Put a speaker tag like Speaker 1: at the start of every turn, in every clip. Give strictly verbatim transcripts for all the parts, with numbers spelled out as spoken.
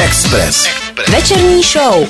Speaker 1: Express. Večerní show.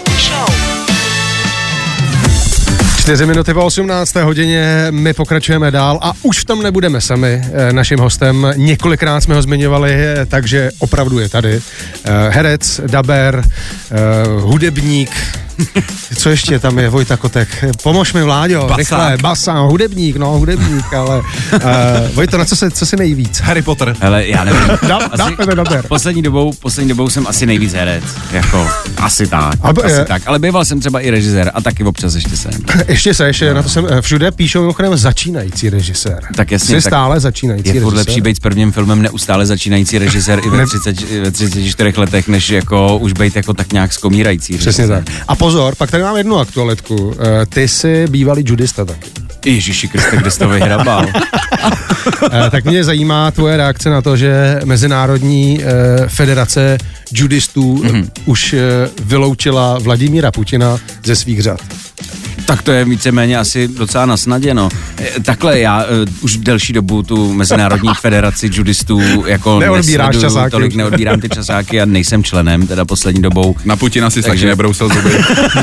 Speaker 2: Čtyři minuty po osmnácté hodině, my pokračujeme dál a už v tom nebudeme sami. Naším hostem, několikrát jsme ho zmiňovali, takže opravdu je tady. Herec, daber, hudebník, co ještě tam je, Vojta Kotek? Pomož mi, Vláďo,
Speaker 3: Basák.
Speaker 2: rychle, basa, hudebník, no, hudebník, ale uh, Vojto, na co se, co si nejvíc?
Speaker 3: Harry Potter.
Speaker 4: Hele, já nevím.
Speaker 2: Da,
Speaker 4: Asi,
Speaker 2: da, da, da,
Speaker 4: poslední dobou, poslední dobou jsem asi nejvíc herec, jako, asi tak,
Speaker 2: Ale,
Speaker 4: asi
Speaker 2: je,
Speaker 4: tak, ale býval jsem třeba i režisér a taky občas ještě jsem.
Speaker 2: Ještě se, ještě, no. Na to jsem, všude píšou mimochodem začínající režisér.
Speaker 4: Tak jasně,
Speaker 2: Jsi
Speaker 4: tak
Speaker 2: stále začínající
Speaker 4: je
Speaker 2: režisér.
Speaker 4: furt lepší být s prvním filmem neustále začínající režisér i ve, třicet, ve třiceti čtyřech letech, než jako už být jako tak nějak skomírající
Speaker 2: Přesně
Speaker 4: režisér.
Speaker 2: tak. A pozor, pak tady mám jednu aktualitku. Ty jsi bývalý judista taky.
Speaker 4: Ježiši Kriste, kde jsi to vyhrabal?
Speaker 2: Tak mě zajímá tvoje reakce na to, že Mezinárodní federace judistů mm-hmm. už vyloučila Vladimíra Putina ze svých řad.
Speaker 4: Tak to je víceméně asi docela na snadě, no. Takhle já uh, už delší dobu tu Mezinárodní federaci judistů jako
Speaker 2: neodbíráš časáky.
Speaker 4: Tolik neodbírám ty časáky a nejsem členem, teda poslední dobou.
Speaker 3: Na Putina si
Speaker 4: Takže...
Speaker 3: taky nebrousel zuby.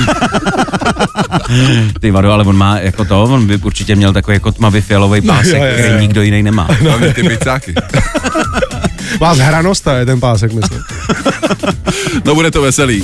Speaker 4: Ty vado, ale on má jako to, on by určitě měl takový jako tmavý fialový pásek, no, jo, jo, jo. který nikdo jiný nemá.
Speaker 3: No, ty pizzáky.
Speaker 2: Vás hranosta je ten pásek, myslím.
Speaker 3: No bude to veselý.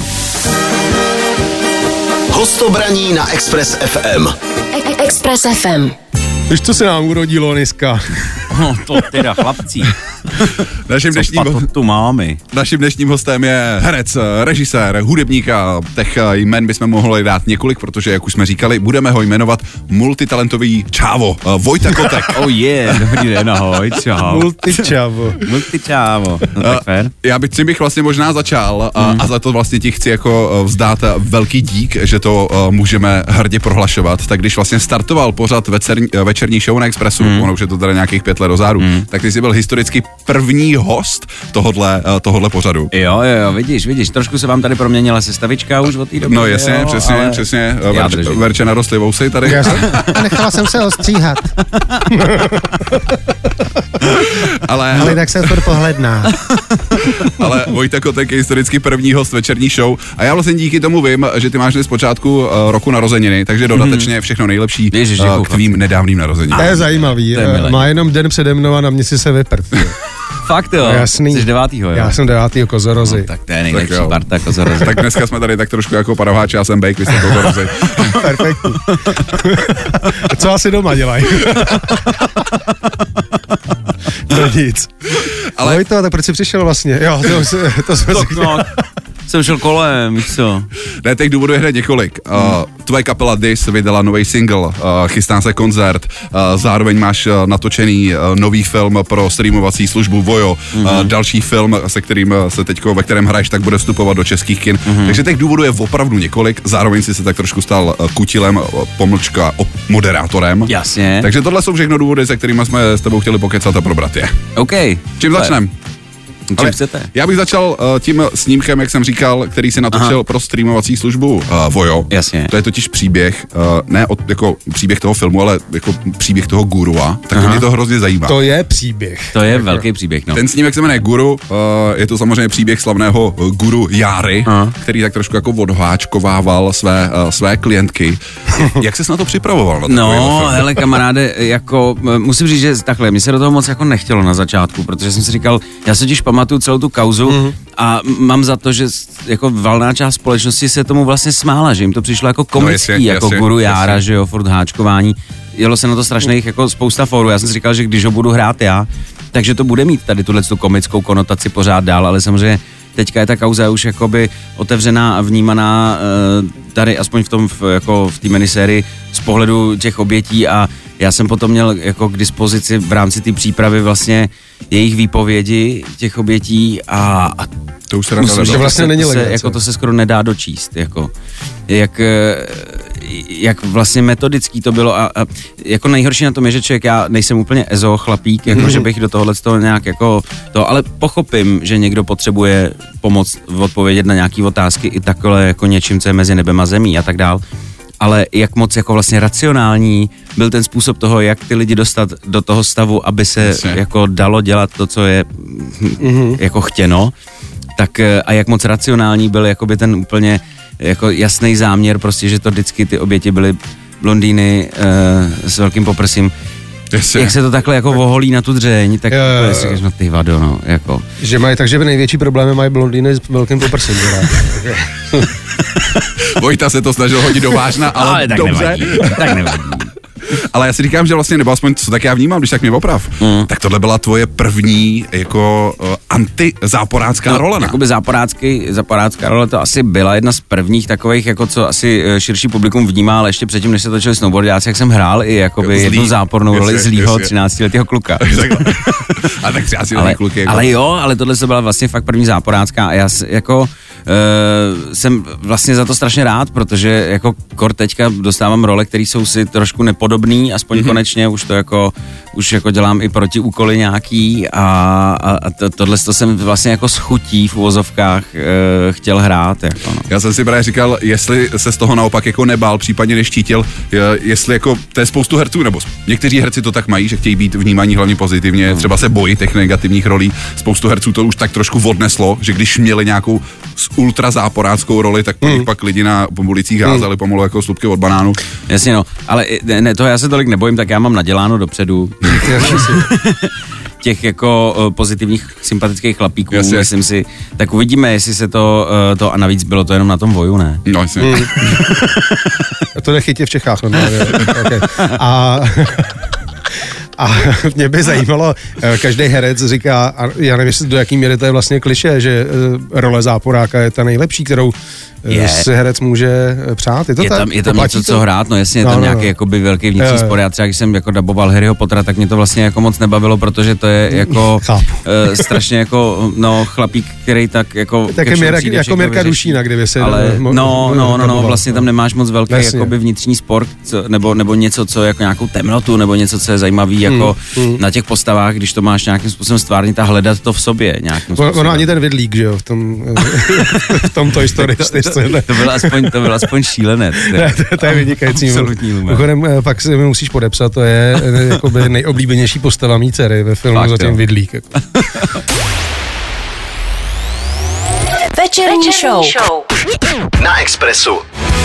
Speaker 1: Hostobraní na Express ef em.
Speaker 5: Express ef em.
Speaker 2: Víš, co se nám urodilo dneska?
Speaker 4: No to teda chlapci.
Speaker 3: Naším dnešním,
Speaker 4: tu máme.
Speaker 3: naším dnešním hostem je herec, režisér, hudebník a těch jmen bychom mohli dát několik, protože, jak už jsme říkali, budeme ho jmenovat multitalentový čávo, Vojta Kotek.
Speaker 4: Oh yeah, dobrý den, ahoj, čau.
Speaker 2: Multičavo.
Speaker 4: Multičávo. No tak fér.
Speaker 3: Já bych, bych vlastně možná začal a, hmm. a za to vlastně ti chci jako vzdát velký dík, že to uh, můžeme hrdě prohlašovat. Tak když vlastně startoval pořad večerní, večerní show na Expressu, hmm. ono už je to teda nějakých pět let dozadu, hmm. tak ty jsi byl historicky první host tohodle, uh, tohodle pořadu.
Speaker 4: Jo, jo, jo, vidíš, vidíš, trošku se vám tady proměnila sestavička už od té doby.
Speaker 3: No jasně, jo, přesně, ale... přesně. Verč, Verče narostly vousy tady.
Speaker 2: Já jsem, a nechala jsem se ostříhat.
Speaker 3: ale,
Speaker 2: ale tak se to pohledná.
Speaker 3: Ale Vojta Kotek je historicky první host večerní show a já vlastně díky tomu vím, že ty máš dnes počátku uh, roku narozeniny, takže dodatečně všechno nejlepší
Speaker 4: Ježiš,
Speaker 3: uh, k tvým nedávným narozeninám.
Speaker 2: To je zajímavý,
Speaker 4: to je
Speaker 2: má jenom den přede mnou a na mě si se vyprt.
Speaker 4: Fakt jo,
Speaker 2: jasný.
Speaker 4: Jsi devátýho, jo?
Speaker 2: Já jsem devátýho Kozorozy.
Speaker 4: No, tak to je nejlepší parta Kozorozy.
Speaker 3: Tak dneska jsme tady tak trošku jako Padováč, já jsem Bejk, vy jste Kozorozy.
Speaker 2: Perfektní. Co asi doma dělají? To nic. Ale Vojto, tak proč jsi přišel vlastně? Jo, to, to jsme
Speaker 4: tak, no, jsem šel kolem, víš co?
Speaker 3: Ne, těch důvodů je hned několik. Uh, tvoje kapela Dis vydala nový single, uh, chystá se koncert, uh, zároveň máš uh, natočený uh, nový film pro streamovací službu Vojo, mm-hmm. uh, další film, se kterým se teďko, ve kterém hraješ, tak bude vstupovat do českých kin. Mm-hmm. Takže těch důvodů je opravdu několik, zároveň si se tak trošku stal uh, kutilem, uh, pomlčka, uh, moderátorem.
Speaker 4: Jasně.
Speaker 3: Takže tohle jsou všechno důvody, se kterými jsme s tebou chtěli pokecat a probrat je.
Speaker 4: OK.
Speaker 3: Čím začneme?
Speaker 4: Čím chcete?
Speaker 3: Já bych začal uh, tím snímkem, jak jsem říkal, který si natočil Aha. pro streamovací službu uh, Vojo.
Speaker 4: Jasně.
Speaker 3: To je totiž příběh, uh, ne od, jako příběh toho filmu, ale jako příběh toho gurua. Tak Aha. mě to hrozně zajímá.
Speaker 2: To je příběh.
Speaker 4: To je jako velký příběh, no.
Speaker 3: Ten snímek se jmenuje Guru, uh, je to samozřejmě příběh slavného uh, guru Járy, Aha. který tak trošku jako odháčkovával své, uh, své klientky. Jak ses na to připravoval? Na
Speaker 4: no, hele kamaráde, jako musím říct, že takhle, mi se do toho moc jako nechtělo na začátku, protože jsem si říkal, já se totiž pamatuju celou tu kauzu mm-hmm. a mám za to, že jako valná část společnosti se tomu vlastně smála, že jim to přišlo jako komický, no, jasně, jako jasně, guru Jára, jasně. že jo, furt háčkování. Jelo se na to strašných jako spousta fórů. Já jsem si říkal, že když ho budu hrát já, takže to bude mít tady tuhle tu komickou konotaci pořád dál, ale samozřejmě teďka je ta kauza už jakoby otevřená a vnímaná tady aspoň v tom, v, jako v té minisérii z pohledu těch obětí a já jsem potom měl jako k dispozici v rámci té přípravy vlastně jejich výpovědi těch obětí a, a
Speaker 3: to už se
Speaker 2: musím, že vlastně není
Speaker 4: se, jako to se skoro nedá dočíst, jako jak, jak vlastně metodický to bylo a, a jako nejhorší na tom je, že člověk, já nejsem úplně ezo chlapík, jako že bych do tohohle toho nějak jako to, ale pochopím, že někdo potřebuje pomoct odpovědět na nějaký otázky i takhle jako něčím, co je mezi nebem a zemí a tak dál. Ale jak moc jako vlastně racionální byl ten způsob toho, jak ty lidi dostat do toho stavu, aby se Jasně. jako dalo dělat to, co je mm-hmm. jako chtěno. tak a jak moc racionální byl jakoby ten úplně jako jasný záměr, prostě, že to vždycky ty oběti byly blondýny uh, s velkým poprsím. Jasně. Jak se to takhle jako oholí na tu dřeň, tak uh, si říkáš, no ty vado, no, jako.
Speaker 2: Že mají, takže největší problémy mají blondýny s velkým poprsím,
Speaker 3: Vojta se to snažil hodit do vážna, ale, ale
Speaker 4: tak
Speaker 3: dobře.
Speaker 4: Nevadí, tak nevadí.
Speaker 3: Ale já si říkám, že vlastně, nebo aspoň co tak já vnímám, když tak mě oprav, mm. tak tohle byla tvoje první jako uh, antizáporácká no, role, ne?
Speaker 4: Jakoby záporácký, záporácká role to asi byla jedna z prvních takových, jako co asi širší publikum vnímá, ale ještě předtím, než se točili snowboardáci, jak jsem hrál i jakoby jako jednu zápornou jestli, roli zlýho třináctiletého kluka.
Speaker 3: A tak třináctiletý kluk je jako...
Speaker 4: Ale jo, ale tohle to byla vlastně fakt první záporácká a já jako uh, jsem vlastně za to strašně rád, protože jako kor teďka dostávám role, které jsou si trošku nepodobné, aspoň mm-hmm. konečně, už to jako, už jako dělám i protiúkoly nějaký a, a, a to, tohle to jsem vlastně jako s chutí v uvozovkách e, chtěl hrát. Jako no.
Speaker 3: Já jsem si právě říkal, jestli se z toho naopak jako nebál, případně neštítil, jestli jako, to je spoustu herců, nebo někteří herci to tak mají, že chtějí být vnímaní hlavně pozitivně, mm. třeba se bojí těch negativních rolí, spoustu herců to už tak trošku odneslo, že když měli nějakou ultra záporáckou roli, tak po nich mm. pak lidi na ulicích házeli mm. pomalu jako slupky od banánu.
Speaker 4: Jasně no, ale ne, to já se tolik nebojím, tak já mám naděláno dopředu těch jako uh, pozitivních, sympatických chlapíků, jasně. Myslím si, tak uvidíme, jestli se to, uh, to a navíc bylo to jenom na tom voju, ne?
Speaker 3: No, jasně. Mm.
Speaker 2: To nechytě v Čechách, no, okay. A... A mě by zajímalo, každý herec říká, a já nevím, jestli do jaký míry to je vlastně klišé, že role záporáka je ta nejlepší, kterou je. si herec může přát. Je to
Speaker 4: je
Speaker 2: tak?
Speaker 4: Tam, je tam
Speaker 2: to
Speaker 4: něco,
Speaker 2: to?
Speaker 4: co hrát, no jasně, je tam no, no, nějaký no. jakoby velký vnitřní spor. Já třeba, když jsem jako daboval Harryho Pottera, tak mě to vlastně jako moc nebavilo, protože to je jako uh, strašně jako, no, chlapík, který tak jako...
Speaker 2: Tak je Měra, jako Mirka Dušína, kdyby se...
Speaker 4: Ale, mo- no, no, no, no, vlastně tam nemáš moc velký jakoby vnitřní spor, co, nebo, nebo něco, co jako nějakou temnotu, nebo něco, co je zajímavý, jako hmm. na těch postavách, když to máš nějakým způsobem stvárnit a hledat to v sobě nějakým způsobem.
Speaker 2: Ono ani ten vidlík, že jo, v tom, v tom Toy Story čtyřce.
Speaker 4: To byl aspoň, to byl aspoň šílenec.
Speaker 2: to, to je vynikající. Mimochodem, pak si mi musíš podepsat, to je jakoby nejoblíbenější postava mý dcery ve filmu Fakt, Zatím jo. vidlík. Jako.
Speaker 5: Večerní show. show.
Speaker 1: Na Expressu.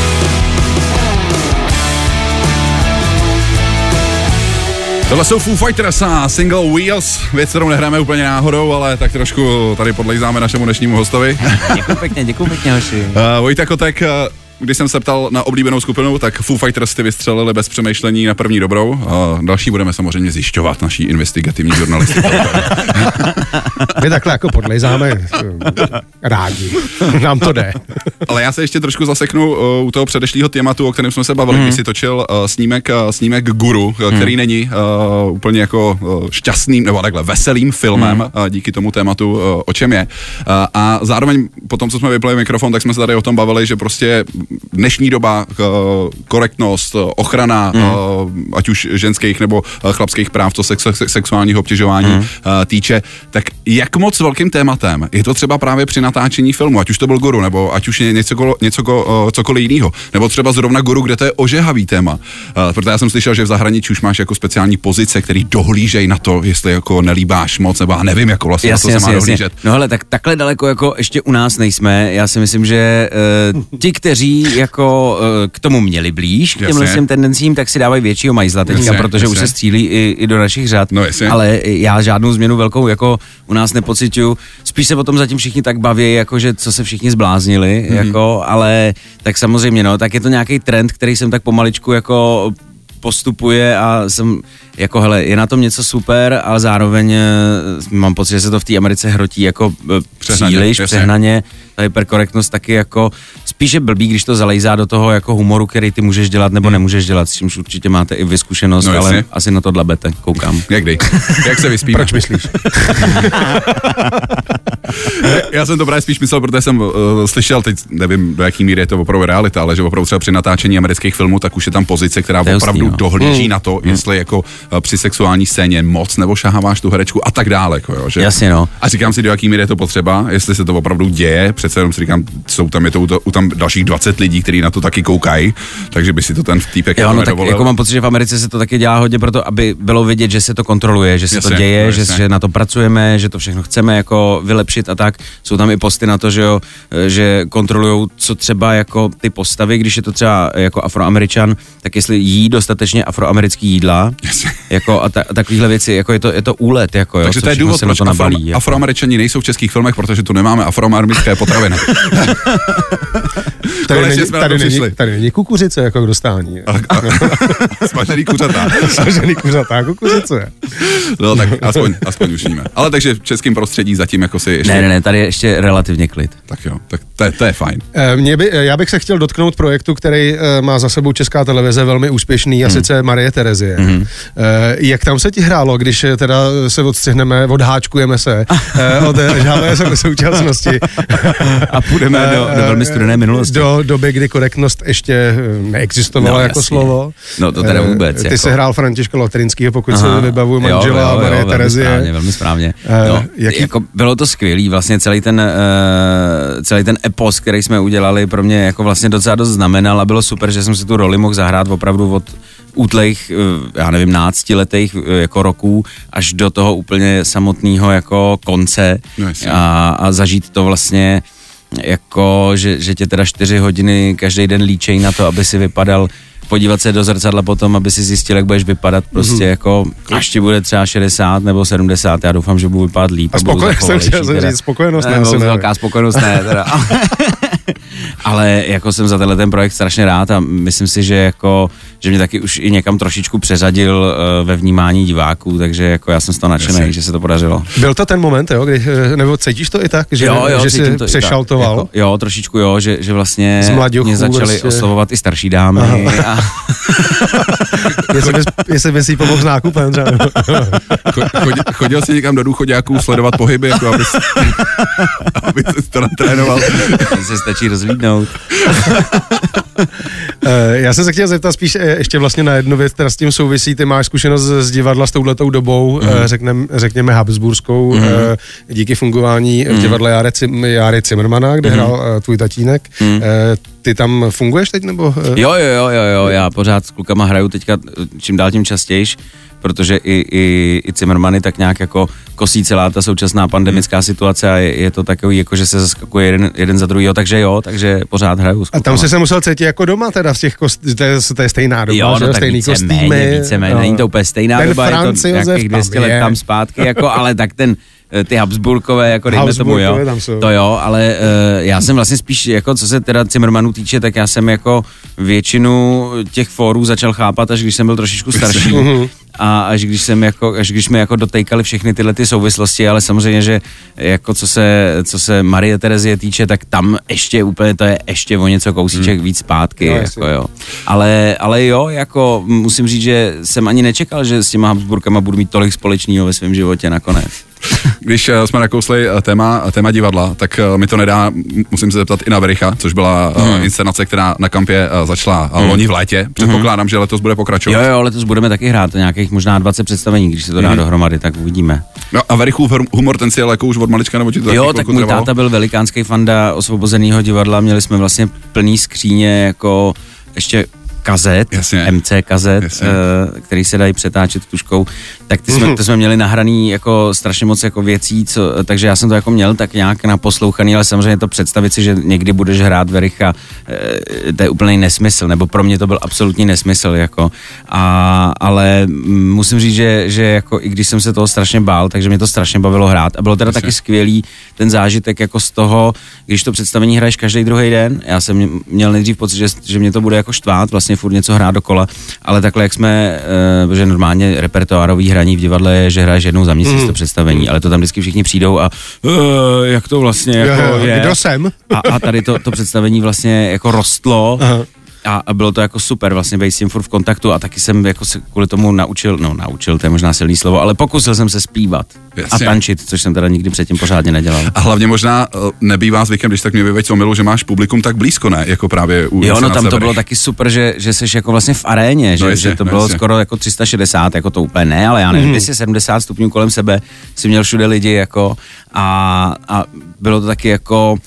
Speaker 3: Tohle jsou Foo Fighters a Single Wheels, věc, kterou nehráme úplně náhodou, ale tak trošku tady podlejzáme našemu dnešnímu hostovi.
Speaker 4: Děkuji pěkně, děkuji pěkně, hoši.
Speaker 3: Uh, Vojta Kotek, uh, když jsem se ptal na oblíbenou skupinu, tak Foo Fighters ty vystřelili bez přemýšlení na první dobrou. Uh, další budeme samozřejmě zjišťovat, naší investigativní žurnalistiku.
Speaker 2: My takhle jako podlejzáme rádi. Nám to jde.
Speaker 3: Ale já se ještě trošku zaseknu uh, u toho předešlého tématu, o kterém jsme se bavili, mm. když si točil uh, snímek, uh, snímek Guru, uh, který mm. není uh, úplně jako uh, šťastným, nebo takhle veselým filmem, mm. uh, díky tomu tématu, uh, o čem je. Uh, a zároveň po tom, co jsme vypli mikrofon, tak jsme se tady o tom bavili, že prostě dnešní doba, uh, korektnost, uh, ochrana, mm. uh, ať už ženských nebo uh, chlapských práv, co sex, sex, sexuálního obtěžování mm. uh, týče, tak jak moc velkým tématem je to třeba právě při natáčení filmu, ať už to byl Guru, nebo ať už je něco, něco uh, cokoliv jiného, nebo třeba zrovna Guru, kde to je ožehavý téma. Uh, protože já jsem slyšel, že v zahraničí už máš jako speciální pozice, který dohlížej na to, jestli jako nelíbáš moc, nebo já nevím, jako vlastně jasně, na to se má dohlížet.
Speaker 4: No hele, tak takhle daleko jako ještě u nás nejsme. Já si myslím, že uh, ti, kteří jako uh, k tomu měli blíž, k těmhle těm tendencím, tak si dávají většího majzla teďka, jasně, protože jasně. už se střílí i, i do našich řad.
Speaker 3: No, jasně.
Speaker 4: Ale já žádnou změnu velkou jako u nás nepociťuju. Spíš se o tom zatím všichni tak baví, jako že co se všichni zbláznili, mm-hmm. jako, ale tak samozřejmě, no, tak je to nějaký trend, který jsem tak pomaličku jako postupuje a jsem jako, hele, je na tom něco super, ale zároveň mám pocit, že se to v té Americe hrotí jako přehnaně, příliš, jasně. přehnaně. Ta hyperkorektnost taky jako spíše blbý, když to zalejzá do toho jako humoru, který ty můžeš dělat nebo hmm. nemůžeš dělat, s čímž určitě máte i vy zkušenost, no, ale asi na to dlabete, koukám.
Speaker 3: Někdy. Jak se vyspíme?
Speaker 2: Proč myslíš?
Speaker 3: Já jsem to právě spíš myslel, protože jsem uh, slyšel, teď nevím, do jaký míry je to opravdu realita, ale že opravdu třeba při natáčení amerických filmů, tak už je tam pozice, která to opravdu jasný, dohlíží hmm. na to, hmm. jestli jako uh, při sexuální scéně moc nebo šaháváš tu herečku a tak dále. Jako, jo, že?
Speaker 4: Jasně, no.
Speaker 3: A říkám si, do jaký míry je to potřeba, jestli se to opravdu děje, přece jenom si říkám, jsou tam, je to, to tam dalších dvacet lidí, kteří na to taky koukají, takže by si to ten týpek
Speaker 4: jo, no, tak jako mám pocit, že v Americe se to taky dělá hodně proto, aby bylo vidět, že se to kontroluje, že se jasně, to děje, že, že na to pracujeme, že to všechno chceme jako vylepšit a tak. tak. Jsou tam i posty na to, že jo, že kontrolujou, co třeba jako ty postavy, když je to třeba jako Afroameričan, tak jestli jí dostatečně afroamerický jídla, yes. jako a, ta, a takovýhle věci, jako je to, je to úlet, jako jo.
Speaker 3: Takže to je důvod, proč
Speaker 4: to nabalí,
Speaker 3: afro,
Speaker 4: jako.
Speaker 3: Afroameričani nejsou v českých filmech, protože tu nemáme afroamerické potraviny.
Speaker 2: Tady, není, tady, není, tady není kukuřice jako k dostání.
Speaker 3: A, a, smažený kuřata.
Speaker 2: Smažený kuřata, kukuřice.
Speaker 3: No tak aspoň, aspoň už víme. Ale takže v českém prostředí zatím jako si ještě...
Speaker 4: Ne, ne, ne, tady je ještě relativně klid.
Speaker 3: Tak jo, tak to je, to je fajn.
Speaker 2: Mě by, já bych se chtěl dotknout projektu, který má za sebou Česká televize velmi úspěšný, a hmm. sice Marie Terezie. Hmm. Jak tam se ti hrálo, když teda se odstřihneme, odháčkujeme se od žádné současnosti
Speaker 4: a půjdeme do, do velmi studené minulosti.
Speaker 2: Do doby, kdy korektnost ještě neexistovala no, jako jasně. slovo.
Speaker 4: No to teda vůbec.
Speaker 2: Ty
Speaker 4: jako.
Speaker 2: jsi hrál Františka Latrinského, pokud se vybavuju, manžela jo, jo, jo, Marie Terezie.
Speaker 4: Velmi správně, velmi správně. No,
Speaker 2: jaký...
Speaker 4: jako bylo to skvělý, vlastně celý ten, uh, celý ten epos, který jsme udělali, pro mě jako vlastně docela dost znamenal a bylo super, že jsem si tu roli mohl zahrát opravdu od útlejch, já nevím, náctiletých jako roků až do toho úplně samotného jako konce
Speaker 3: no,
Speaker 4: a, a zažít to vlastně jako, že, že tě teda čtyři hodiny každý den líčej na to, aby si vypadal, podívat se do zrcadla potom, aby si zjistil, jak budeš vypadat, prostě mm-hmm. jako, až ti bude třeba šedesát nebo sedmdesát, já doufám, že budu vypadat líp.
Speaker 2: A spokojenost, jsem chtěl říct, spokojenost
Speaker 4: ne, ne, velká spokojenost ne, teda. Ale jako jsem za tenhle ten projekt strašně rád a myslím si, že jako, že mě taky už i někam trošičku přeřadil uh, ve vnímání diváků, takže jako já jsem z toho nadšený, že se to podařilo.
Speaker 2: Byl to ten moment, jo, kdy, nebo cítíš to i tak, že,
Speaker 4: jo, jo,
Speaker 2: že jsi přešaltoval?
Speaker 4: Jako, jo, trošičku jo, že, že vlastně mě začaly vlastně oslovovat i starší dámy. A...
Speaker 2: jestli bys jí pomohl s nákupem třeba.
Speaker 3: Chodil, chodil jsi někam do důchoďáků sledovat pohyby, jako aby jsi, aby jsi to natrénoval.
Speaker 4: Se stačí rozlídnout.
Speaker 2: Já jsem se chtěl zeptat spíš ještě vlastně na jednu věc, která s tím souvisí. Ty máš zkušenost z divadla s touhletou dobou, mm-hmm. řeknem, řekněme habsburskou, mm-hmm. díky fungování v divadle Járy, Járy Zimmermana, kde mm-hmm. hrál tvůj tatínek. Mm-hmm. Ty tam funguješ teď, nebo?
Speaker 4: Jo, jo, jo, jo, jo, já pořád s klukama hraju teďka čím dál tím častějš, protože i, i, i Zimmermany tak nějak jako kosí celá ta současná pandemická hmm. situace a je, je to takový, jako že se zaskakuje jeden, jeden za druhýho, takže jo, takže pořád hraju.
Speaker 2: A tam jsi se musel cítit jako doma teda v těch kost, to, je, to je stejná doba,
Speaker 4: jo,
Speaker 2: že?
Speaker 4: No,
Speaker 2: Stejný
Speaker 4: více
Speaker 2: kostýmy.
Speaker 4: Méně, více méně, není to úplně stejná
Speaker 2: ten
Speaker 4: doba,
Speaker 2: Franz
Speaker 4: je to nějakých dvě stě let tam zpátky, jako, ale tak ten ty Habsburkové, jako dejme tomu, jo. To jo, ale uh, já jsem vlastně spíš, jako co se teda Zimmermanů týče, tak já jsem jako většinu těch fórů začal chápat, až když jsem byl trošičku starší. A až když jsem jako, až když mi jako dotejkali všechny tyhle ty souvislosti, ale samozřejmě, že jako co se, co se Marie Terezie týče, tak tam ještě úplně to je ještě o něco kousíček hmm. víc zpátky, no, jako jo. Ale, ale jo, jako musím říct, že jsem ani nečekal, že s těma Habsburkama budu mít tolik společného ve svém životě nakonec.
Speaker 3: Když jsme nakousli téma, téma divadla, tak mi to nedá, musím se zeptat i na Vericha, což byla hmm. inscenace, která na kampě začala hmm. loni v létě. Předpokládám, hmm. že letos bude pokračovat.
Speaker 4: Jo, jo, letos budeme taky hrát nějakých možná dvacet představení, když se to dá hmm. dohromady, tak uvidíme.
Speaker 3: No a Verichův humor, ten si je jako už od malička, nebo ti to
Speaker 4: jo, tak můj trvalo? Táta byl velikánský fanda Osvobozeného divadla, měli jsme vlastně plný skříně jako ještě kazet, jasně. M C kazet, jasně. který se dají přetáčet tuškou, tak ty jsme, ty jsme měli nahraný jako strašně moc jako věcí, co, takže já jsem to jako měl tak nějak naposlouchaný, ale samozřejmě to představit si, že někdy budeš hrát Vericha, to je úplný nesmysl, nebo pro mě to byl absolutní nesmysl, jako, a, ale musím říct, že, že jako i když jsem se toho strašně bál, takže mě to strašně bavilo hrát a bylo teda jasně. taky skvělý ten zážitek jako z toho, když to představení hraješ každý druhý den, já jsem měl nejdřív pocit, že, že mě to bude jako štvát, vlastně furt něco hrát dokola, ale takhle jak jsme, uh, že normálně repertoárový hraní v divadle je, že hraješ jednou za měsíc mm. to představení, ale to tam vždycky všichni přijdou a uh, jak to vlastně jako jo, je.
Speaker 2: Kdo jsem?
Speaker 4: A, a tady to, to představení vlastně jako rostlo. Aha. A, a bylo to jako super vlastně být s tím furt v kontaktu a taky jsem jako se kvůli tomu naučil, no naučil, to je možná silný slovo, ale pokusil jsem se zpívat jasně. a tančit, což jsem teda nikdy předtím pořádně nedělal.
Speaker 3: A hlavně možná nebývá zvykem, když tak mě vyveď omylu, že máš publikum tak blízko, ne? Jako právě u
Speaker 4: jo, no tam to bylo taky super, že, že jsi jako vlastně v aréně, že, no jasně, že to bylo jasně. skoro jako tři sta šedesát, jako to úplně ne, ale já nevím, mm. dvě stě sedmdesát stupňů kolem sebe, si měl všude lidi jako a, a bylo to taky jako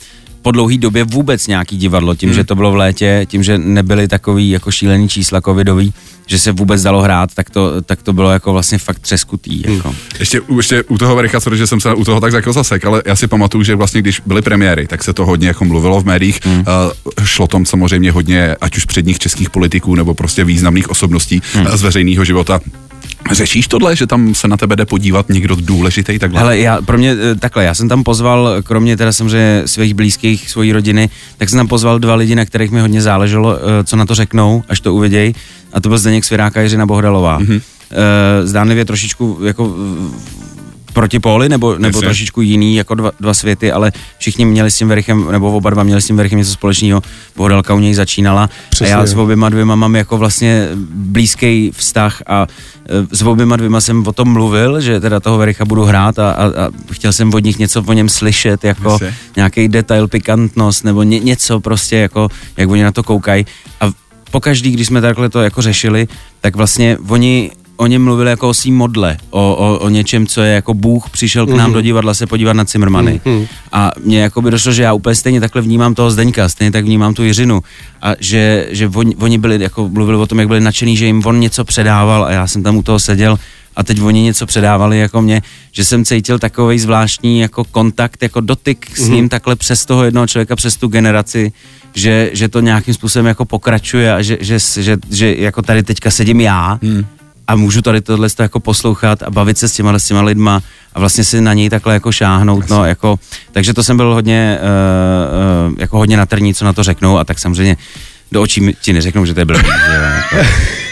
Speaker 4: po dlouhý době vůbec nějaký divadlo, tím, hmm. že to bylo v létě, tím, že nebyly takový jako šílený čísla covidový, že se vůbec dalo hrát, tak to, tak to bylo jako vlastně fakt třeskutý. Jako.
Speaker 3: Hmm. Ještě, ještě u toho Vericha, že jsem se u toho tak jako zasek, ale já si pamatuju, že vlastně když byly premiéry, tak se to hodně jako mluvilo v médiích. Hmm. Uh, šlo tam samozřejmě hodně, ať už předních českých politiků, nebo prostě významných osobností hmm. z veřejného života. Řešíš tohle, že tam se na tebe jde podívat někdo důležitý takhle?
Speaker 4: Hele, já, pro mě takhle, já jsem tam pozval, kromě teda samozřejmě svých blízkých, svojí rodiny, tak jsem tam pozval dva lidi, na kterých mi hodně záleželo, co na to řeknou, až to uviděj. A to byl Zdeněk Svěrák a Jiřina Bohdalová. Mm-hmm. Zdánlivě trošičku jako proti póly, nebo, nebo trošičku jiný, jako dva, dva světy, ale všichni měli s tím Verichem, nebo oba dva měli s tím Verichem něco společného. Bohdalka u něj začínala. Přesně. A já s oběma dvěma mám jako vlastně blízký vztah a s oběma dvěma jsem o tom mluvil, že teda toho Vericha budu hrát a, a, a chtěl jsem od nich něco o něm slyšet, jako nějaký detail, pikantnost, nebo ně, něco prostě, jako jak oni na to koukají. A pokaždý, když jsme takhle to jako řešili, tak vlastně oni o něm mluvili jako o svým modle, o, o, o něčem, co je jako Bůh přišel k nám mm. do divadla se podívat na Cimrmany. Mm. A mně jako by došlo, že já úplně stejně takhle vnímám toho Zdeňka, stejně tak vnímám tu Jiřinu. A že, že on, oni byli, jako mluvili o tom, jak byli nadšený, že jim on něco předával a já jsem tam u toho seděl a teď oni něco předávali jako mě, že jsem cítil takovej zvláštní jako kontakt, jako dotyk mm. s ním takhle přes toho jednoho člověka, přes tu generaci, že, že to nějakým způsobem jako pokračuje a že, že, že, že jako tady teďka sedím já, mm. a můžu tady tohle jako poslouchat a bavit se s těma, s těma lidma a vlastně si na něj takhle jako šáhnout, no jako, takže to jsem byl hodně, uh, uh, jako hodně natrní, co na to řeknou a tak samozřejmě do očí ti neřeknou, že to je blbý, že jako.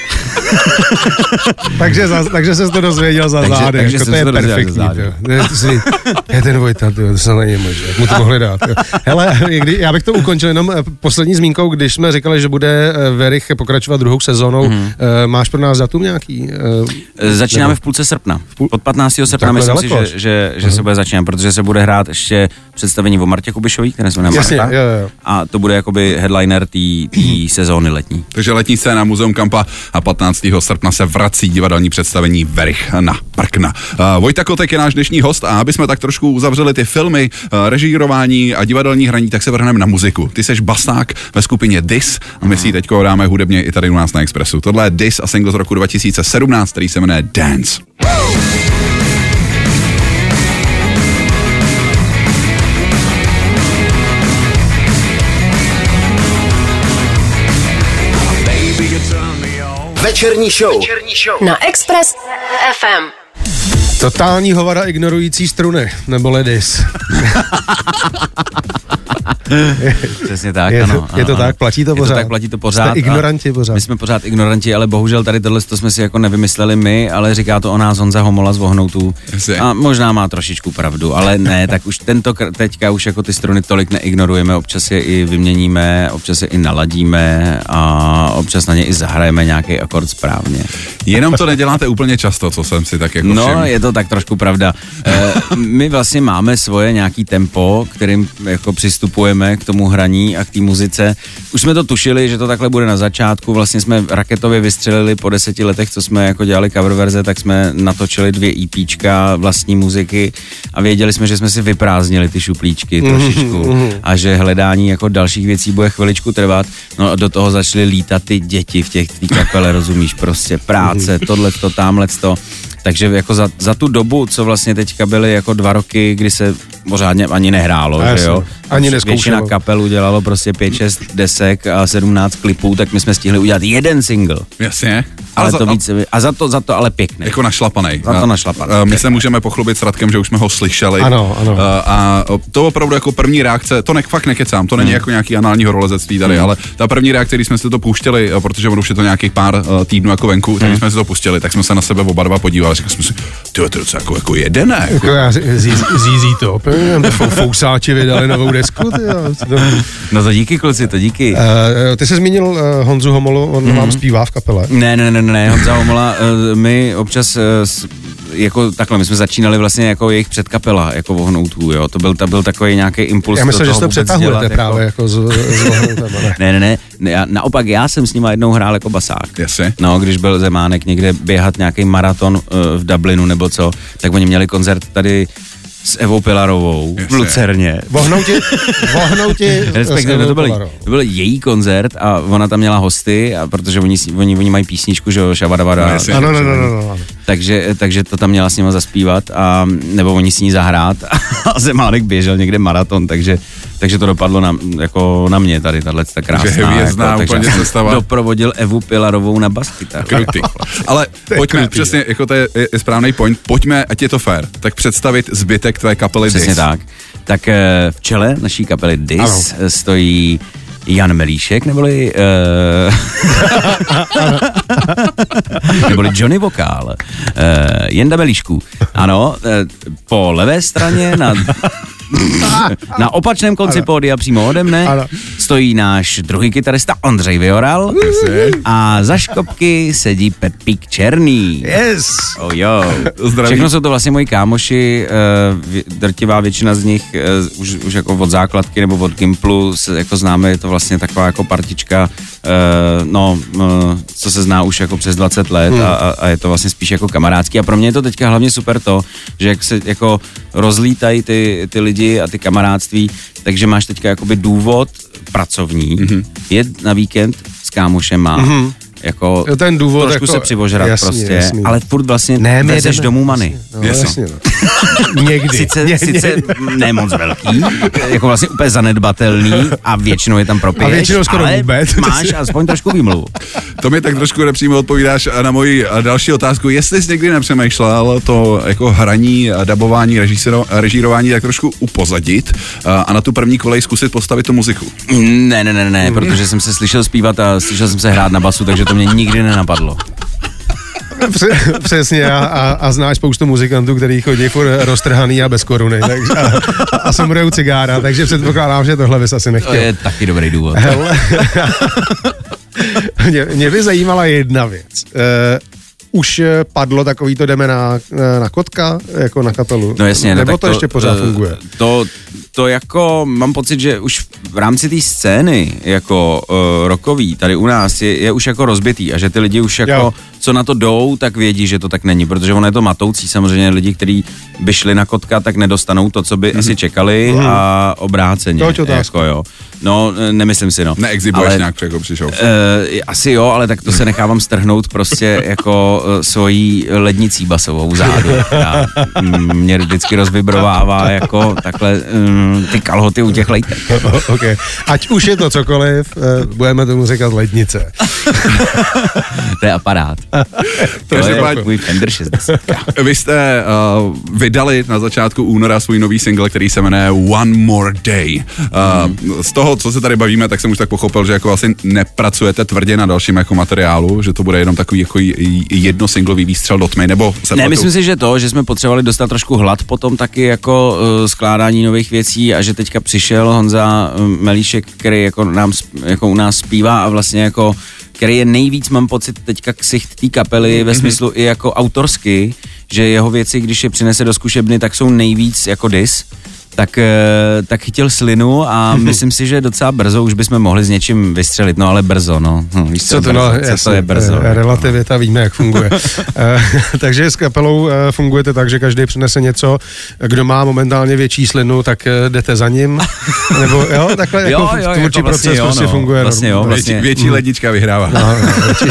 Speaker 2: takže, za, takže se to dozvěděl za
Speaker 4: takže,
Speaker 2: zády,
Speaker 4: takže
Speaker 2: jako to je perfektní. Je ten Vojta, to se není možné, jak mu to mohli dát. Jo. Hele, kdy, já bych to ukončil jenom poslední zmínkou, když jsme říkali, že bude Verich pokračovat druhou sezónou. Mm. Máš pro nás datum nějaký?
Speaker 4: Začínáme nebo? v půlce srpna. Od patnáctého srpna myslím si, že, že, že se bude začínat, protože se bude hrát ještě představení o Martě Kubišový, které jsme na Marta.
Speaker 2: Jasně, jo, jo.
Speaker 4: A to bude jakoby headliner té sezóny letní.
Speaker 3: Takže letní scéna Muzeum Kampa a patnáctého srpna se vrací divadelní představení Verich na Prkna. Uh, Vojta Kotek je náš dnešní host a aby jsme tak trošku uzavřeli ty filmy, uh, režírování a divadelní hraní, tak se vrhneme na muziku. Ty seš basák ve skupině Dis a my si ji teďko dáme hudebně i tady u nás na Expressu. Tohle je Dis a single z roku dva tisíce sedmnáct, který se jmenuje Dance.
Speaker 1: Večerní show. Večerní show
Speaker 5: na Express F M.
Speaker 2: Totální hovada ignorující struny, nebo Dis.
Speaker 4: Přesně tak,
Speaker 2: je,
Speaker 4: ano.
Speaker 2: Je
Speaker 4: ano,
Speaker 2: to
Speaker 4: ano.
Speaker 2: tak, platí to
Speaker 4: je
Speaker 2: pořád.
Speaker 4: To tak, platí to pořád.
Speaker 2: Jste ignoranti pořád.
Speaker 4: My jsme pořád ignoranti, ale bohužel tady tohle to jsme si jako nevymysleli my, ale říká to o nás Honza Homola z Vohnoutů. A možná má trošičku pravdu, ale ne, tak už tento teďka už jako ty struny tolik neignorujeme, občas je i vyměníme, občas je i naladíme a občas na ně i zahrajeme nějaký akord správně.
Speaker 3: Jenom to neděláte úplně často, co jsem si tak jako
Speaker 4: No,
Speaker 3: všim.
Speaker 4: je to tak trošku pravda. E, my vlastně máme svoje nějaký tempo, kterým jako přistupujeme k tomu hraní a k té muzice. Už jsme to tušili, že to takhle bude na začátku. Vlastně jsme raketově vystřelili po deseti letech, co jsme jako dělali cover verze, tak jsme natočili dvě EPčka vlastní muziky a věděli jsme, že jsme si vyprázdnili ty šuplíčky trošičku a že hledání jako dalších věcí bude chviličku trvat. No a do toho začaly lítat ty děti v těch tvý kapele, rozumíš, prostě práce, tohleto, támhleto. Takže jako za, za tu dobu, co vlastně teďka byly jako dva roky, kdy se pořádně ani nehrálo, a že jo?
Speaker 2: Ani neskoušelo.
Speaker 4: Většina kapel udělalo prostě pět šest desek a sedmnáct klipů, tak my jsme stihli udělat jeden single.
Speaker 3: Jasně.
Speaker 4: Ale
Speaker 3: za,
Speaker 4: to víc, a za to, za to ale pěkný.
Speaker 3: Jako našlapanej.
Speaker 4: Za to našlapaný.
Speaker 3: My se můžeme pochlubit s Radkem, že už jsme ho slyšeli.
Speaker 2: Ano, ano.
Speaker 3: A to opravdu jako první reakce, to ne, fakt nekecám, to není hmm. jako nějaký anální horolezectví tady, hmm. ale ta první reakce, když jsme si to pouštěli, protože už je to nějakých pár týdnů jako venku, hmm. tak když jsme si to pustili, tak jsme se na sebe oba dva podívali, řekli jsme si, tyjo, to je docela jako, jako jedené.
Speaker 2: Jako já zízí to, Fousáči vydali novou desku.
Speaker 4: No to díky, kluci, to díky.
Speaker 2: Uh, ty jsi zmínil uh, Honzu Homolu, on mm. vám zpívá v kapele.
Speaker 4: Ne, ne, ne, ne, Honza Homola, uh, my občas, uh, jako takhle, my jsme začínali vlastně jako jejich předkapela, jako Vohnoutů, jo, to byl, to byl takový nějaký impuls.
Speaker 2: Já myslím, že to přetahujete právě jako, jako z, z Vohnoutama, ne?
Speaker 4: Ne, ne, ne, ne já, naopak já jsem s nima jednou hrál jako basák.
Speaker 3: Jasně.
Speaker 4: No, když byl Zemánek někde běhat nějaký maraton uh, v Dublinu nebo co, tak oni měli koncert tady s Evou Pilarovou v Lucerně.
Speaker 2: Vohnou ti, vohnou ti
Speaker 4: Respektive to byl, to byl její koncert a ona tam měla hosty, a protože oni, oni, oni mají písničku, že jo, Šavadavada.
Speaker 2: No, ano, no, no, no, no.
Speaker 4: Takže, takže to tam měla s nima zaspívat, a, nebo oni s ní zahrát a Zemánek běžel někde maraton, takže, takže to dopadlo na, jako na mě tady, tahle ta krásná.
Speaker 3: Jako, úplně sestava.
Speaker 4: Doprovodil Evu Pilarovou na baskytaru.
Speaker 3: Ale pojďme, krutý. Přesně, jako to je, je správný point, pojďme, ať je to fair, tak představit zbytek tvé kapely Dis.
Speaker 4: Přesně tak. Tak v čele naší kapely Dis ano. stojí Jan Melíšek, neboli uh, neboli Johnny Vokál, uh, Jenda Melíšku. Ano, uh, po levé straně na na opačném konci ano. pódia přímo ode mne ano. stojí náš druhý kytarista Ondřej Vioral a za škopky sedí Pepík Černý.
Speaker 2: Yes!
Speaker 4: Oh, jo. Všechno jsou to vlastně moji kámoši, uh, drtivá většina z nich uh, už, už jako od základky nebo od Gimplu se jako známe, je to vlastně taková jako partička, uh, no, uh, co se zná už jako přes dvacet let hmm. a, a je to vlastně spíš jako kamarádský a pro mě je to teďka hlavně super to, že jak se jako rozlítají ty, ty lidi a ty kamarádství, takže máš teďka jakoby důvod pracovní, mm-hmm. jet na víkend s kámošema, mm-hmm. jako
Speaker 2: jo, ten důvod
Speaker 4: trošku
Speaker 2: jako,
Speaker 4: se přivožrat
Speaker 2: jasný,
Speaker 4: prostě,
Speaker 2: jasný.
Speaker 4: ale furt vlastně ne, vezeš domů many.
Speaker 2: No, jasně, no. Někdy.
Speaker 4: Sice,
Speaker 2: Ně,
Speaker 4: sice ne moc velký, jako vlastně úplně zanedbatelný a většinou je tam propiješ,
Speaker 2: a většinou skoro
Speaker 4: ale
Speaker 2: vůbec.
Speaker 4: máš aspoň trošku výmluvu.
Speaker 3: To mi tak trošku nepřímo odpovídáš na moji další otázku. Jestli jsi někdy nepřemýšlel to jako hraní, dabování, režírování tak trošku upozadit a na tu první kolej zkusit postavit tu muziku?
Speaker 4: Ne, ne, ne, ne, protože jsem se slyšel zpívat a slyšel jsem se hrát na basu, takže to mě nikdy nenapadlo.
Speaker 2: Přesně a, a, a znáš spoustu muzikantů, který chodí furt roztrhaný a bez koruny takže, a, a somrujou cigára, takže předpokládám, že tohle bys asi nechtěl.
Speaker 4: To je taky dobrý důvod.
Speaker 2: mě, mě by zajímala jedna věc. Uh, už padlo takový to jdeme na, na kotka, jako na kapelu?
Speaker 4: No jasně.
Speaker 2: Nebo
Speaker 4: no,
Speaker 2: to,
Speaker 4: to
Speaker 2: ještě pořád funguje?
Speaker 4: To, to jako, mám pocit, že už v rámci té scény jako uh, rockový tady u nás je, je už jako rozbitý a že ty lidi už jako, jo. co na to jdou, tak vědí, že to tak není, protože ono je to matoucí, samozřejmě lidi, kteří by šli na kotka, tak nedostanou to, co by mm. asi čekali mm. a obráceně. Jako, jo. No, nemyslím si, no.
Speaker 3: Neexibuješ ale, nějak jako přišel. Uh,
Speaker 4: asi jo, ale tak to se nechávám strhnout prostě jako uh, svojí lednicí basovou zádu, která mě vždycky rozvibrovává jako takhle um, ty kalhoty u těch lejtek.
Speaker 2: Okay. Ať už je to cokoliv, uh, budeme tomu říkat lednice.
Speaker 4: To je aparát. To je můj Fender šedesát.
Speaker 3: Vy jste uh, vydali na začátku února svůj nový single, který se jmenuje One More Day. Uh, mm. Z toho, co se tady bavíme, tak jsem už tak pochopil, že jako asi nepracujete tvrdě na dalším jako materiálu, že to bude jenom takový jako jednosinglový výstřel do tmy, nebo se
Speaker 4: Ne, myslím si, že to, že jsme potřebovali dostat trošku hlad potom taky jako uh, skládání nových věcí a že teďka přišel Honza Melíšek, který jako, nám, jako u nás zpívá a vlastně jako který je nejvíc, mám pocit, teďka ksicht té kapely mm-hmm. ve smyslu i jako autorsky, že jeho věci, když je přinese do zkušebny, tak jsou nejvíc jako dis, tak, tak chytil slinu a myslím si, že docela brzo už bychom mohli s něčím vystřelit, no ale brzo, no. Hm, víš,
Speaker 2: co, to,
Speaker 4: brzo,
Speaker 2: no,
Speaker 4: co
Speaker 2: jasný,
Speaker 4: to je brzo?
Speaker 2: Relativita, víme, jak funguje. Takže s kapelou fungujete tak, že každý přinese něco, kdo má momentálně větší slinu, tak jdete za ním, nebo jo, takhle
Speaker 4: jo,
Speaker 2: jako
Speaker 4: jo,
Speaker 2: tvůrčí
Speaker 4: jako vlastně
Speaker 2: proces
Speaker 4: jo,
Speaker 2: prostě
Speaker 4: no,
Speaker 2: funguje.
Speaker 4: Vlastně jo, vlastně.
Speaker 3: Větší, větší lednička vyhrává.
Speaker 2: No, no, větší.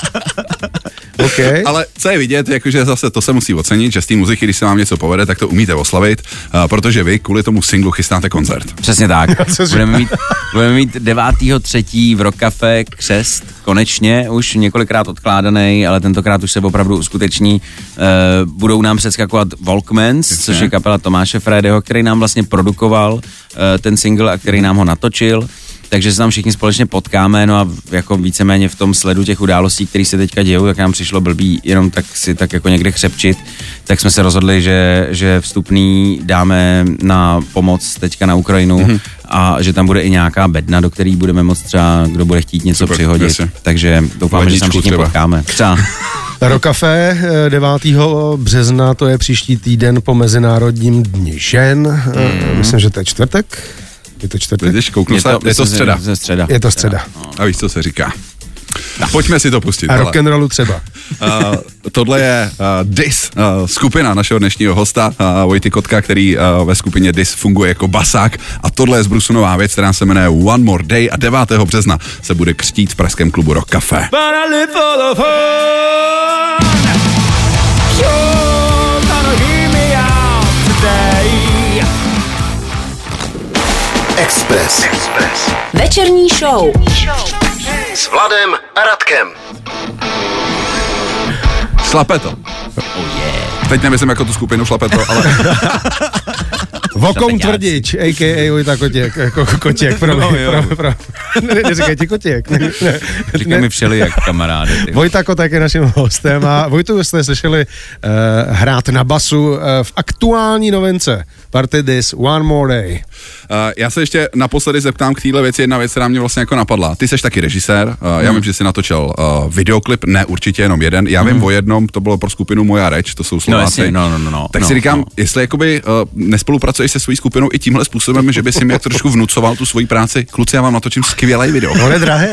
Speaker 2: Okay.
Speaker 3: Ale co je vidět, jakože zase to se musí ocenit, že z té muziky, když se vám něco povede, tak to umíte oslavit, uh, protože vy kvůli tomu singlu chystáte koncert.
Speaker 4: Přesně tak. budeme, mít, budeme mít devátého třetího v Rock Café křest, konečně, už několikrát odkládaný, ale tentokrát už se opravdu uskuteční. Uh, budou nám předskakovat Walkmans, Jasně. což je kapela Tomáše Frédyho, který nám vlastně produkoval uh, ten single a který nám ho natočil. Takže se tam všichni společně potkáme, no a jako víceméně v tom sledu těch událostí, které se teďka dějou, tak nám přišlo blbý jenom tak si tak jako někde chřepčit, tak jsme se rozhodli, že, že vstupný dáme na pomoc teďka na Ukrajinu mm-hmm. a že tam bude i nějaká bedna, do který budeme moct třeba, kdo bude chtít něco Super, přihodit, jasně. takže doufáme, že se tam všichni třeba. potkáme. Třeba.
Speaker 2: Rock Café devátého března, to je příští týden po Mezinárodním dni žen, mm. myslím, že to je čtvrtek. Je to čtvrtek?
Speaker 3: Vidíš, kouknu se, je to středa.
Speaker 2: středa. Je to středa.
Speaker 3: A víš, co se říká. No. Pojďme si to pustit.
Speaker 2: A rock'n'rollu třeba.
Speaker 3: Uh, tohle je uh, Dis, uh, skupina našeho dnešního hosta, uh, Vojty Kotka, který uh, ve skupině Dis funguje jako basák. A tohle je z Brusu nová věc, která se jmenuje One More Day a devátého března se bude křtít v pražském klubu Rock Café.
Speaker 1: Express. Express.
Speaker 5: Večerní show.
Speaker 1: S Vladem a Radkem.
Speaker 3: Šlapeto. Oh yeah. Teď nemyslím jako tu skupinu Šlapeto, ale...
Speaker 2: Vokoun Tvrdič, a ká a Vojta Kotěk, jako Kotěk, pro mě, no, pro, pro. Ne, neříkej ti Kotěk. Ne, ne,
Speaker 4: Říkaj mi všelijak, kamaráde. Ty.
Speaker 2: Vojta Kotek je naším hostem a Vojtu jste slyšeli uh, hrát na basu uh, v aktuální novince Party Dis One More Day.
Speaker 3: Uh, já se ještě naposledy zeptám k téhle věci, jedna věc, která mě vlastně jako napadla. Ty seš taky režisér, uh, já
Speaker 2: hmm.
Speaker 3: vím, že jsi natočil uh, videoklip, ne určitě jenom jeden, já vím hmm. o jednom, to bylo pro skupinu Moja reč, to jsou Slováci.
Speaker 4: No, no, no, no,
Speaker 3: tak
Speaker 4: no,
Speaker 3: si říkám,
Speaker 4: no.
Speaker 3: jestli jakoby uh, nespolupracuješ se svojí skupinou i tímhle způsobem, že by si mi jak trošku vnucoval tu svoji práci. Kluci, já vám natočím skvělý video.
Speaker 2: On je drahý.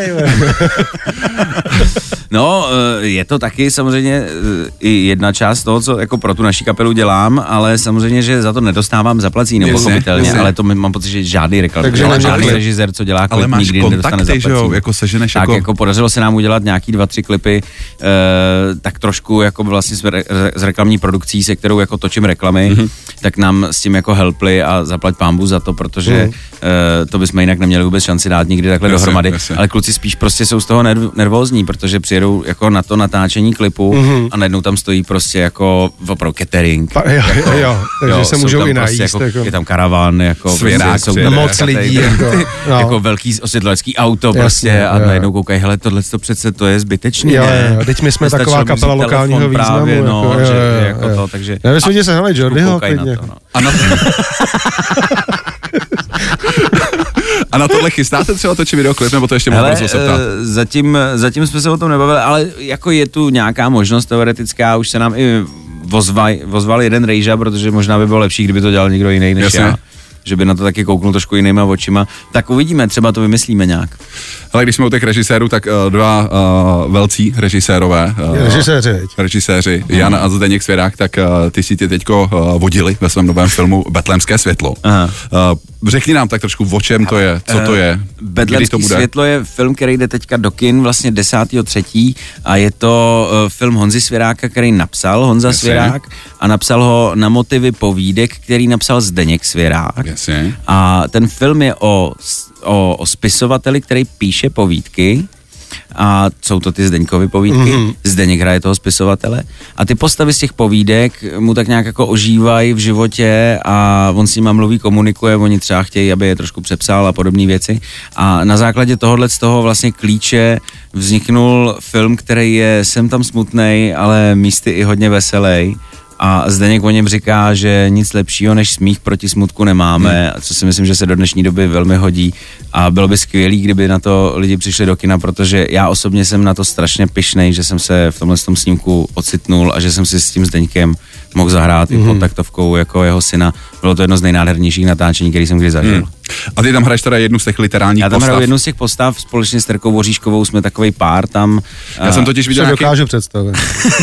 Speaker 4: No, je to taky samozřejmě i jedna část toho, co jako pro tu naši kapelu dělám, ale samozřejmě, že za to nedostávám zaplacení, pochopitelně, ale to mám pocit, že žádný reklam, žádný režisér, co dělá klip, nikdy nedostane zaplacení.
Speaker 3: Jako seženeš
Speaker 4: tak
Speaker 3: jako...
Speaker 4: jako podařilo se nám udělat nějaký dva, tři klipy, eh, tak trošku jako vlastně jsme re, z reklamní produkcí, se kterou jako točím reklamy, mm-hmm. tak nám s tím jako helpli a zaplať pánbu za to, protože mm. eh, to bychom jinak neměli vůbec šanci dát nikdy takhle jasně, dohromady, jasně. Ale kluci spíš prostě jsou z toho nervózní, protože přijedou jako na to natáčení klipu mm-hmm. a najednou tam stojí prostě jako opravdu catering.
Speaker 2: Pa, jo,
Speaker 4: jako,
Speaker 2: jo, takže
Speaker 4: jo,
Speaker 2: se můžou i
Speaker 4: prostě
Speaker 2: najíst.
Speaker 4: Jako,
Speaker 2: jako.
Speaker 4: Je tam karavan, jako
Speaker 3: Svěrák,
Speaker 4: jsou
Speaker 2: tam moc lidí. Jako,
Speaker 4: jako velký osvětlecký auto jasně, prostě a najednou koukají, hele, tohle to přece to je zbytečný,
Speaker 2: jo,
Speaker 4: ne?
Speaker 2: Jo, teď my jsme taková kapela lokálního významu.
Speaker 4: Právě, no,
Speaker 2: jako,
Speaker 4: že,
Speaker 2: jo, jo,
Speaker 4: jako
Speaker 2: jo.
Speaker 4: to, takže...
Speaker 2: Já myslím, že se hele Jordyho.
Speaker 4: Na to, no.
Speaker 3: A na, a na tohle chystáte třeba točit videoklip, nebo to ještě mohu brzo se ptát?
Speaker 4: Zatím, zatím jsme se o tom nebavili, ale jako je tu nějaká možnost teoretická, už se nám i vozval, vozval jeden rejža, protože možná by bylo lepší, kdyby to dělal někdo jiný než Jasně. já. Že by na to taky kouknul trošku jinýma očima. Tak uvidíme, třeba to vymyslíme nějak.
Speaker 3: Ale když jsme u těch režisérů, tak uh, dva uh, velcí režisérové. Uh,
Speaker 2: režiséři.
Speaker 3: Režiséři, hmm. Jan a Zdeněk Svěrák, tak uh, ty si tě teďko uh, vodili ve svém novém filmu Betlémské světlo. Uh, řekni nám tak trošku, o čem to je, co to je,
Speaker 4: Betlémské světlo je film, který jde teďka do kin vlastně desátého třetího a je to uh, film Honzy Svěráka, který napsal Honza Jasně. Svěrák a napsal ho na motivy povídek, který napsal Zdeněk Svěrák.
Speaker 3: Jasně.
Speaker 4: A ten film je o, o, o spisovateli, který píše povídky a jsou to ty Zdeňkovy povídky. Mm-hmm. Zdeněk hraje toho spisovatele a ty postavy z těch povídek mu tak nějak jako ožívají v životě a on s nima mluví, komunikuje, oni třeba chtějí, aby je trošku přepsal a podobné věci a na základě tohohle z toho vlastně klíče vzniknul film, který je sem tam smutnej, ale místy i hodně veselý. A Zdeněk o něm říká, že nic lepšího než smích proti smutku nemáme, hmm. co si myslím, že se do dnešní doby velmi hodí a bylo by skvělý, kdyby na to lidi přišli do kina, protože já osobně jsem na to strašně pyšnej, že jsem se v tomhle tom snímku ocitnul a že jsem si s tím Zdeňkem mohl zahrát hmm. i pod taktovkou jako jeho syna. Bylo to jedno z nejnádhernějších natáčení, který jsem kdy zažil. Hmm.
Speaker 3: A ty tam hraješ teda jednu z těch literárních
Speaker 4: postav? Já tam
Speaker 3: postav.
Speaker 4: hraju jednu z těch postav, společně s Terkou Voříškovou jsme takovej pár tam.
Speaker 3: Já jsem totiž viděl nějaký...
Speaker 2: dokážu představit.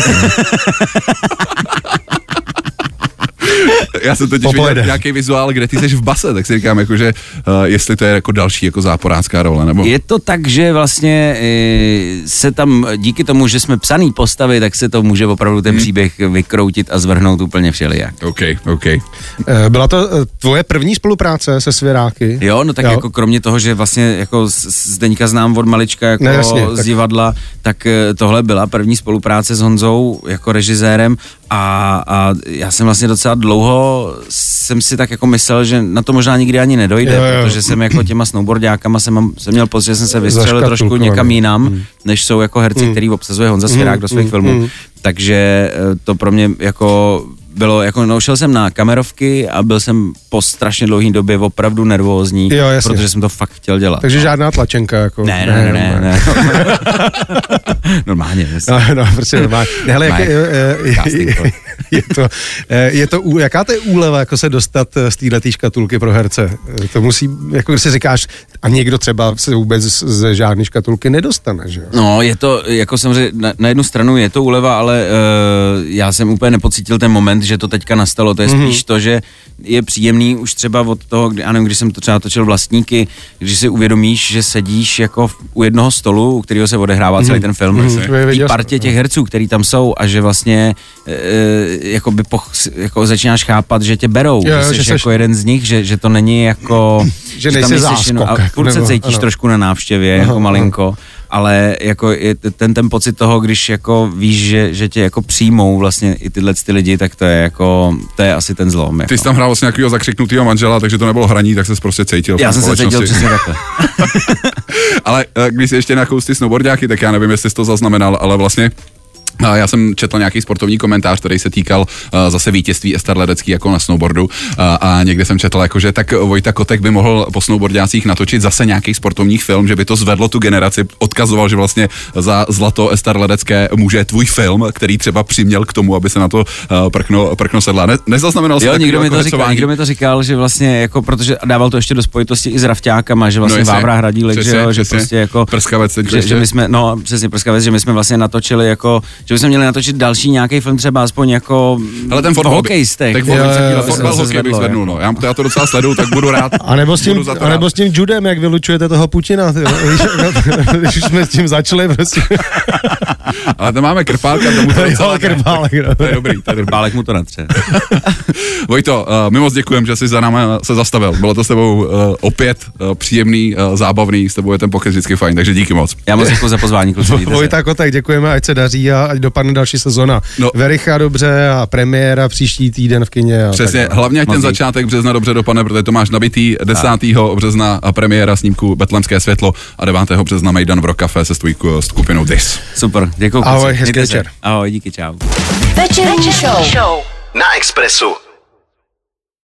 Speaker 3: Já jsem totiž
Speaker 2: Poplejde.
Speaker 3: viděl nějaký vizuál, kde ty jsi v base, tak si říkám, jako, že uh, jestli to je jako další jako záporácká role, nebo...
Speaker 4: Je to tak, že vlastně e, se tam díky tomu, že jsme psaný postavy, tak se to může opravdu ten hmm. příběh vykroutit a zvrhnout úplně všelijak.
Speaker 3: OK, OK.
Speaker 2: Byla to tvoje první spolupráce se Svěráky?
Speaker 4: Jo, no tak jo. Jako kromě toho, že vlastně jako Zdeňka znám od malička jako ne, jasně, z divadla, tak... tak tohle byla první spolupráce s Honzou jako režisérem a, a já jsem vlastně docela dlouho jsem si tak jako myslel, že na to možná nikdy ani nedojde, jo, jo. protože jsem jako těma snowboardiákama jsem, jsem měl pocit, že jsem se vystřelil trošku někam jinam, hmm. než jsou jako herci, hmm. který obsazuje Honza Svěrák hmm. do svých hmm. filmů. Hmm. Takže to pro mě jako bylo, jako naučil jsem na kamerovky a byl jsem po strašně dlouhé době opravdu nervózní, jo, protože jsem to fakt chtěl dělat.
Speaker 2: Takže no. žádná tlačenka, jako.
Speaker 4: Ne, ne, ne, ne. ne. Normálně.
Speaker 2: No, no, prostě normálně. Ne, hele, jak je, je, je, je, to, je to, jaká to je úleva, jako se dostat z této škatulky pro herce? To musí, jako když si říkáš, a někdo třeba se vůbec ze žádné škatulky nedostane, že jo?
Speaker 4: No, je to, jako samozřejmě, na, na jednu stranu je to úleva, ale uh, já jsem úplně nepocítil ten moment, že to teďka nastalo, to je mm-hmm. spíš to, že je příjemný už třeba od toho, kdy, já nevím, když jsem to třeba točil Vlastníky, když si uvědomíš, že sedíš jako v, u jednoho stolu, u kterého se odehrává celý ten film, mm-hmm. v té partě těch herců, který tam jsou a že vlastně uh, jako by poch, jako začínáš chápat, že tě berou, jo, že jsi že jako seš... jeden z nich, že, že to není jako...
Speaker 2: že nejsi záskok.
Speaker 4: No, a furt se cítíš ano. trošku na návštěvě, aha, jako malinko, aha. ale jako je ten, ten pocit toho, když jako víš, že, že tě jako přijmou vlastně i tyhle ty lidi, tak to je jako, to je asi ten zlom. Jako.
Speaker 3: Ty jsi tam hrál vlastně nějakýho zakřiknutýho manžela, takže to nebylo hraní, tak ses prostě cítil.
Speaker 4: Já jsem se cítil přesně takhle.
Speaker 3: Ale když jsi ještě nějakou ty snowboardáky, tak já nevím, jestli jsi to zaznamenal, ale vlastně já jsem četl nějaký sportovní komentář, který se týkal uh, zase vítězství Ester Ledecký jako na snowboardu uh, a někde jsem četl, jako, že tak Vojta Kotek by mohl po snowboardácích natočit zase nějaký sportovní film, že by to zvedlo tu generaci, odkazoval, že vlastně za zlato Ester Ledecké může tvůj film, který třeba přiměl k tomu, aby se na to uh, prkno, prkno sedla. Ne, nezaznamenal jsem
Speaker 4: někdo mi to říkal, někdo mi to říkal, že vlastně jako, protože dával to ještě do spojitosti i s rafťákama, že vlastně no, Vávra Hradílek, že, jo, že prostě jako
Speaker 3: prskavec,
Speaker 4: že, že my jsme, no přesně prskavec, že my jsme vlastně natočili jako že bychom měli natočit další nějaký film, třeba aspoň jako
Speaker 3: ale ten fotbal,
Speaker 4: hokejistech.
Speaker 3: Tak fotbal hokej bych zvednul, no. Já, já to docela sleduju, tak budu rád.
Speaker 2: A nebo s tím, a nebo s tím judem, jak vylučujete toho Putina, tyjo. Když jsme s tím začali, prostě.
Speaker 3: Ale tam máme krpálka, tomu to
Speaker 2: jo, krpálek, no.
Speaker 3: To je dobrý. To je
Speaker 4: krpálek mu to natře.
Speaker 3: Vojto, uh, my moc děkujem, že jsi za námi se zastavil. Bylo to s tebou uh, opět uh, příjemný, uh, zábavný, s tebou je ten pokec vždycky fajn, takže díky moc.
Speaker 4: Já moc děkuji za pozvání, kluci.
Speaker 2: Vojta Kotek, děkujeme, ať se daří a ať dopadne další sezona. No. Vericha dobře a premiéra příští týden v kině. A
Speaker 3: přesně,
Speaker 2: tak,
Speaker 3: hlavně ať ten začátek března dobře dopadne, protože to máš nabitý desátého března a premiéra snímku Betlemské světlo a devátého března Mejdan v Rock Café se tvojí skupinou Dis.
Speaker 4: Super, děkuji.
Speaker 2: Ahoj, hezký večer.
Speaker 4: Ahoj, díky, čau.
Speaker 5: Večerní show. show na Expressu.